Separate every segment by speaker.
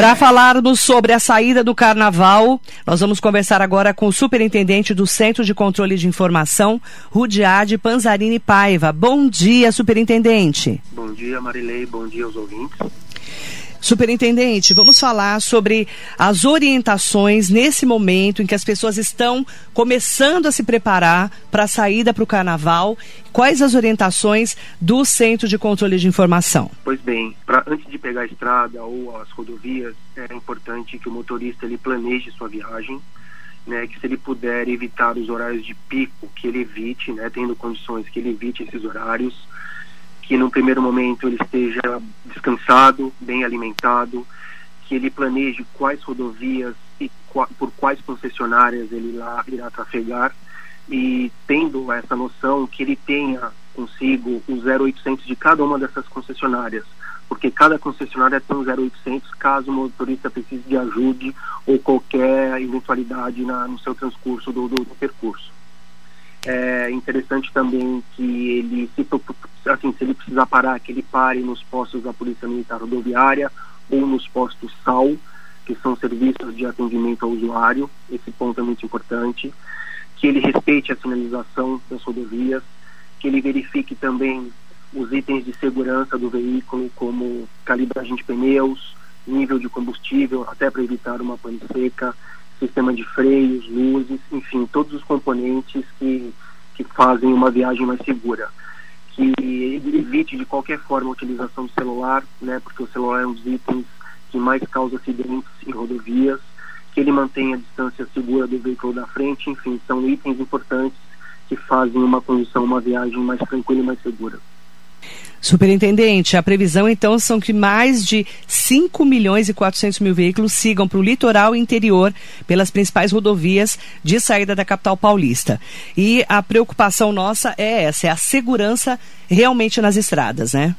Speaker 1: Para falarmos sobre a saída do Carnaval, nós vamos conversar agora com o superintendente do Centro de Controle de Informação, Rudyard Panzarini Paiva. Bom dia, superintendente.
Speaker 2: Bom dia, Marilei. Bom dia aos ouvintes.
Speaker 1: Superintendente, vamos falar sobre as orientações nesse momento em que as pessoas estão começando a se preparar para a saída para o Carnaval. Quais as orientações do Centro de Controle de Informação?
Speaker 2: Pois bem, antes de pegar a estrada ou as rodovias, é importante que o motorista ele planeje sua viagem, né, que se ele puder evitar os horários de pico, que ele evite, né, tendo condições, que ele evite esses horários, que no primeiro momento ele esteja descansado, bem alimentado, que ele planeje quais rodovias e por quais concessionárias ele irá trafegar, e tendo essa noção que ele tenha consigo o 0800 de cada uma dessas concessionárias, porque cada concessionária tem um 0800 caso o motorista precise de ajuda ou qualquer eventualidade no seu transcurso do percurso. É interessante também que ele, se ele precisar parar, que ele pare nos postos da Polícia Militar Rodoviária ou nos postos SAL, que são serviços de atendimento ao usuário. Esse ponto é muito importante. Que ele respeite a sinalização das rodovias, que ele verifique também os itens de segurança do veículo, como calibragem de pneus, nível de combustível, até para evitar uma pane seca, sistema de freios, luzes, enfim, todos os componentes que fazem uma viagem mais segura. Que evite de qualquer forma a utilização do celular, né, porque o celular é um dos itens que mais causa acidentes em rodovias, que ele mantenha a distância segura do veículo da frente, enfim, são itens importantes que fazem uma condução, uma viagem mais tranquila e mais segura.
Speaker 1: Superintendente, a previsão então são que mais de 5.400.000 veículos sigam para o litoral interior pelas principais rodovias de saída da capital paulista. E a preocupação nossa é essa, é a segurança realmente nas estradas, né?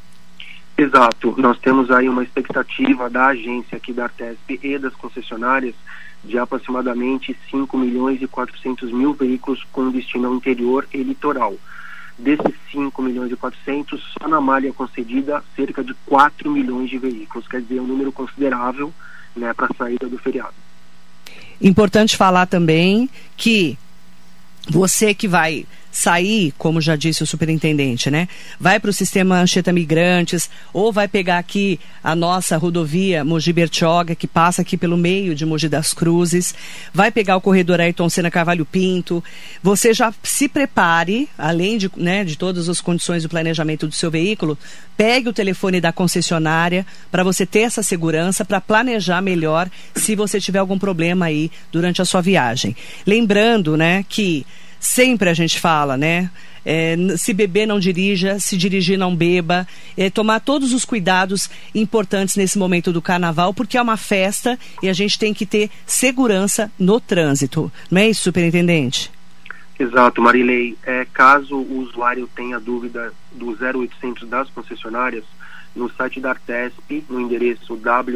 Speaker 2: Exato. Nós temos aí uma expectativa da agência aqui da Artesp e das concessionárias de aproximadamente 5.400.000 veículos com destino ao interior e litoral. Desses 5.400.000, só na malha concedida, cerca de 4 milhões de veículos. Quer dizer, um número considerável, né, para a saída do feriado.
Speaker 1: Importante falar também que você que vai sair, como já disse o superintendente, né? Vai para o sistema Anchieta Migrantes ou vai pegar aqui a nossa rodovia Mogi Bertioga, que passa aqui pelo meio de Mogi das Cruzes, vai pegar o corredor Ayrton Senna Carvalho Pinto. Você já se prepare, além de, né, de todas as condições do planejamento do seu veículo, pegue o telefone da concessionária para você ter essa segurança, para planejar melhor se você tiver algum problema aí durante a sua viagem. Lembrando, né, que sempre a gente fala, né? Se beber não dirija, se dirigir não beba, tomar todos os cuidados importantes nesse momento do Carnaval, porque é uma festa e a gente tem que ter segurança no trânsito. Não é isso, superintendente?
Speaker 2: Exato, Marilei. Caso o usuário tenha dúvida do 0800 das concessionárias, no site da Artesp, no endereço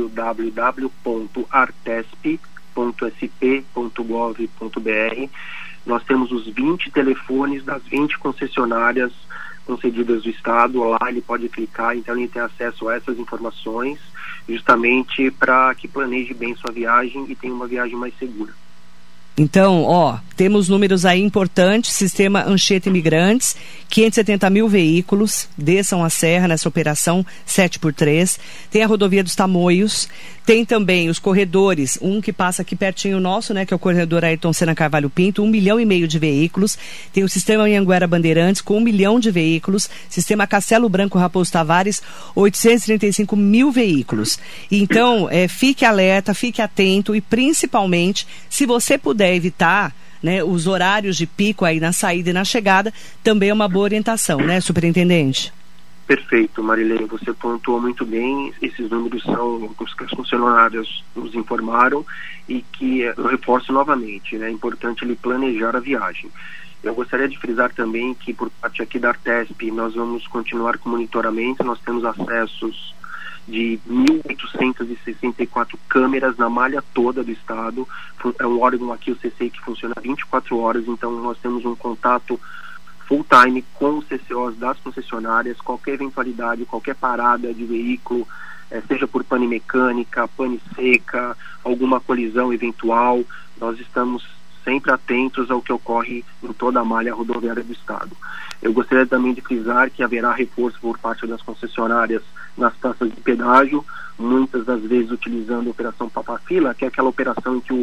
Speaker 2: www.artesp.sp.gov.br, nós temos os 20 telefones das 20 concessionárias concedidas do Estado. Lá ele pode clicar, então ele tem acesso a essas informações, justamente para que planeje bem sua viagem e tenha uma viagem mais segura.
Speaker 1: Então, temos números aí importantes, sistema Anchieta Imigrantes, 570.000 veículos desçam a serra nessa operação 7x3, tem a rodovia dos Tamoios, tem também os corredores, um que passa aqui pertinho nosso, né, que é o corredor Ayrton Senna Carvalho Pinto, 1,5 milhão de veículos, tem o sistema Anhanguera Bandeirantes com 1 milhão de veículos, sistema Castelo Branco Raposo Tavares, 835.000 veículos. Então, fique alerta, fique atento e principalmente, se você puder evitar, né, os horários de pico aí na saída e na chegada, também é uma boa orientação, né, superintendente?
Speaker 2: Perfeito, Marilei, você pontuou muito bem. Esses números são os que as concessionárias nos informaram e que eu reforço novamente, né, é importante ele planejar a viagem. Eu gostaria de frisar também que por parte aqui da Artesp nós vamos continuar com monitoramento, nós temos acessos de 1.864 câmeras na malha toda do estado. É um órgão aqui, o CCI, que funciona 24 horas, então nós temos um contato full time com os CCOs das concessionárias. Qualquer eventualidade, qualquer parada de veículo, seja por pane mecânica, pane seca, alguma colisão eventual. Nós estamos sempre atentos ao que ocorre em toda a malha rodoviária do estado. Eu gostaria também de frisar que haverá reforço por parte das concessionárias nas praças de pedágio, muitas das vezes utilizando a operação Papa-Fila, que é aquela operação em que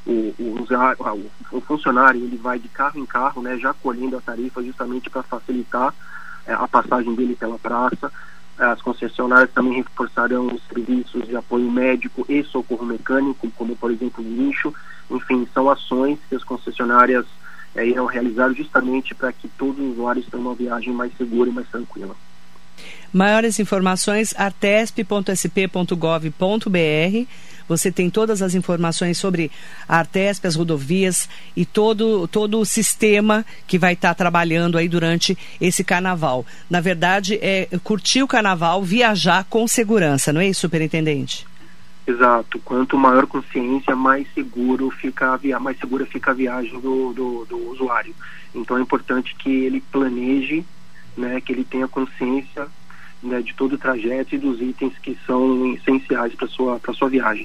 Speaker 2: o funcionário ele vai de carro em carro, né, já colhendo a tarifa justamente para facilitar a passagem dele pela praça. As concessionárias também reforçarão os serviços de apoio médico e socorro mecânico, como por exemplo lixo. Enfim, são ações que as concessionárias irão realizar justamente para que todos os usuários tenham uma viagem mais segura e mais tranquila.
Speaker 1: Maiores informações, artesp.sp.gov.br. Você tem todas as informações sobre a Artesp, as rodovias e todo o sistema que vai estar trabalhando aí durante esse carnaval. Na verdade, é curtir o carnaval, viajar com segurança, não é isso, superintendente?
Speaker 2: Exato. Quanto maior consciência, mais segura fica a viagem do usuário. Então é importante que ele planeje, né, que ele tenha consciência, né, de todo o trajeto e dos itens que são essenciais para sua viagem.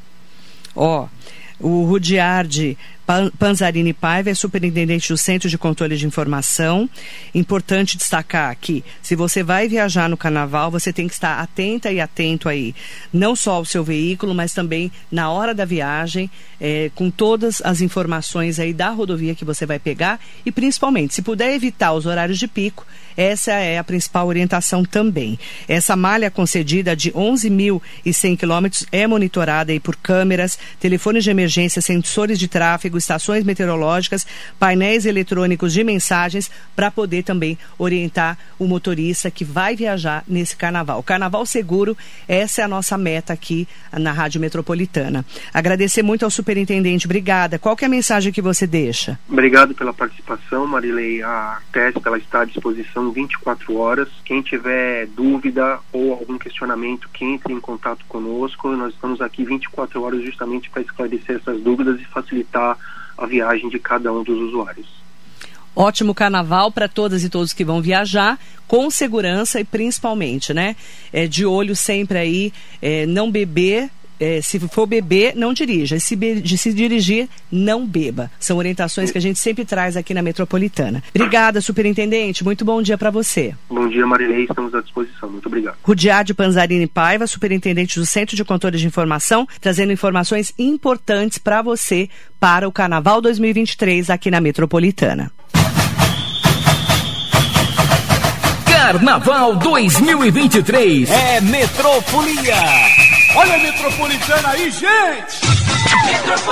Speaker 1: O Rudyard Panzarini Paiva é superintendente do Centro de Controle de Informação. Importante destacar que, se você vai viajar no carnaval, você tem que estar atenta e atento aí, não só ao seu veículo, mas também na hora da viagem, com todas as informações aí da rodovia que você vai pegar e, principalmente, se puder evitar os horários de pico, essa é a principal orientação também. Essa malha concedida de 11.100 quilômetros é monitorada aí por câmeras, telefones de emergência, sensores de tráfego, estações meteorológicas, painéis eletrônicos de mensagens, para poder também orientar o motorista que vai viajar nesse carnaval. Carnaval seguro, essa é a nossa meta aqui na Rádio Metropolitana. Agradecer muito ao superintendente, obrigada. Qual que é a mensagem que você deixa?
Speaker 2: Obrigado pela participação, Marilei. A Artesp ela está à disposição 24 horas. Quem tiver dúvida ou algum questionamento, que entre em contato conosco. Nós estamos aqui 24 horas justamente para esclarecer essas dúvidas e facilitar a viagem de cada um dos usuários.
Speaker 1: Ótimo carnaval para todas e todos que vão viajar, com segurança e principalmente, né? De olho sempre aí, não beber. Se for beber, não dirija. Se dirigir, não beba. São orientações que a gente sempre traz aqui na Metropolitana. Obrigada, superintendente. Muito bom dia para você.
Speaker 2: Bom dia, Marilei. Estamos à disposição. Muito obrigado.
Speaker 1: Rudyard Panzarini Paiva, superintendente do Centro de Controle de Informação, trazendo informações importantes para você para o Carnaval 2023 aqui na Metropolitana.
Speaker 3: Carnaval 2023 é Metrofolia.
Speaker 4: Olha a Metropolitana aí, gente!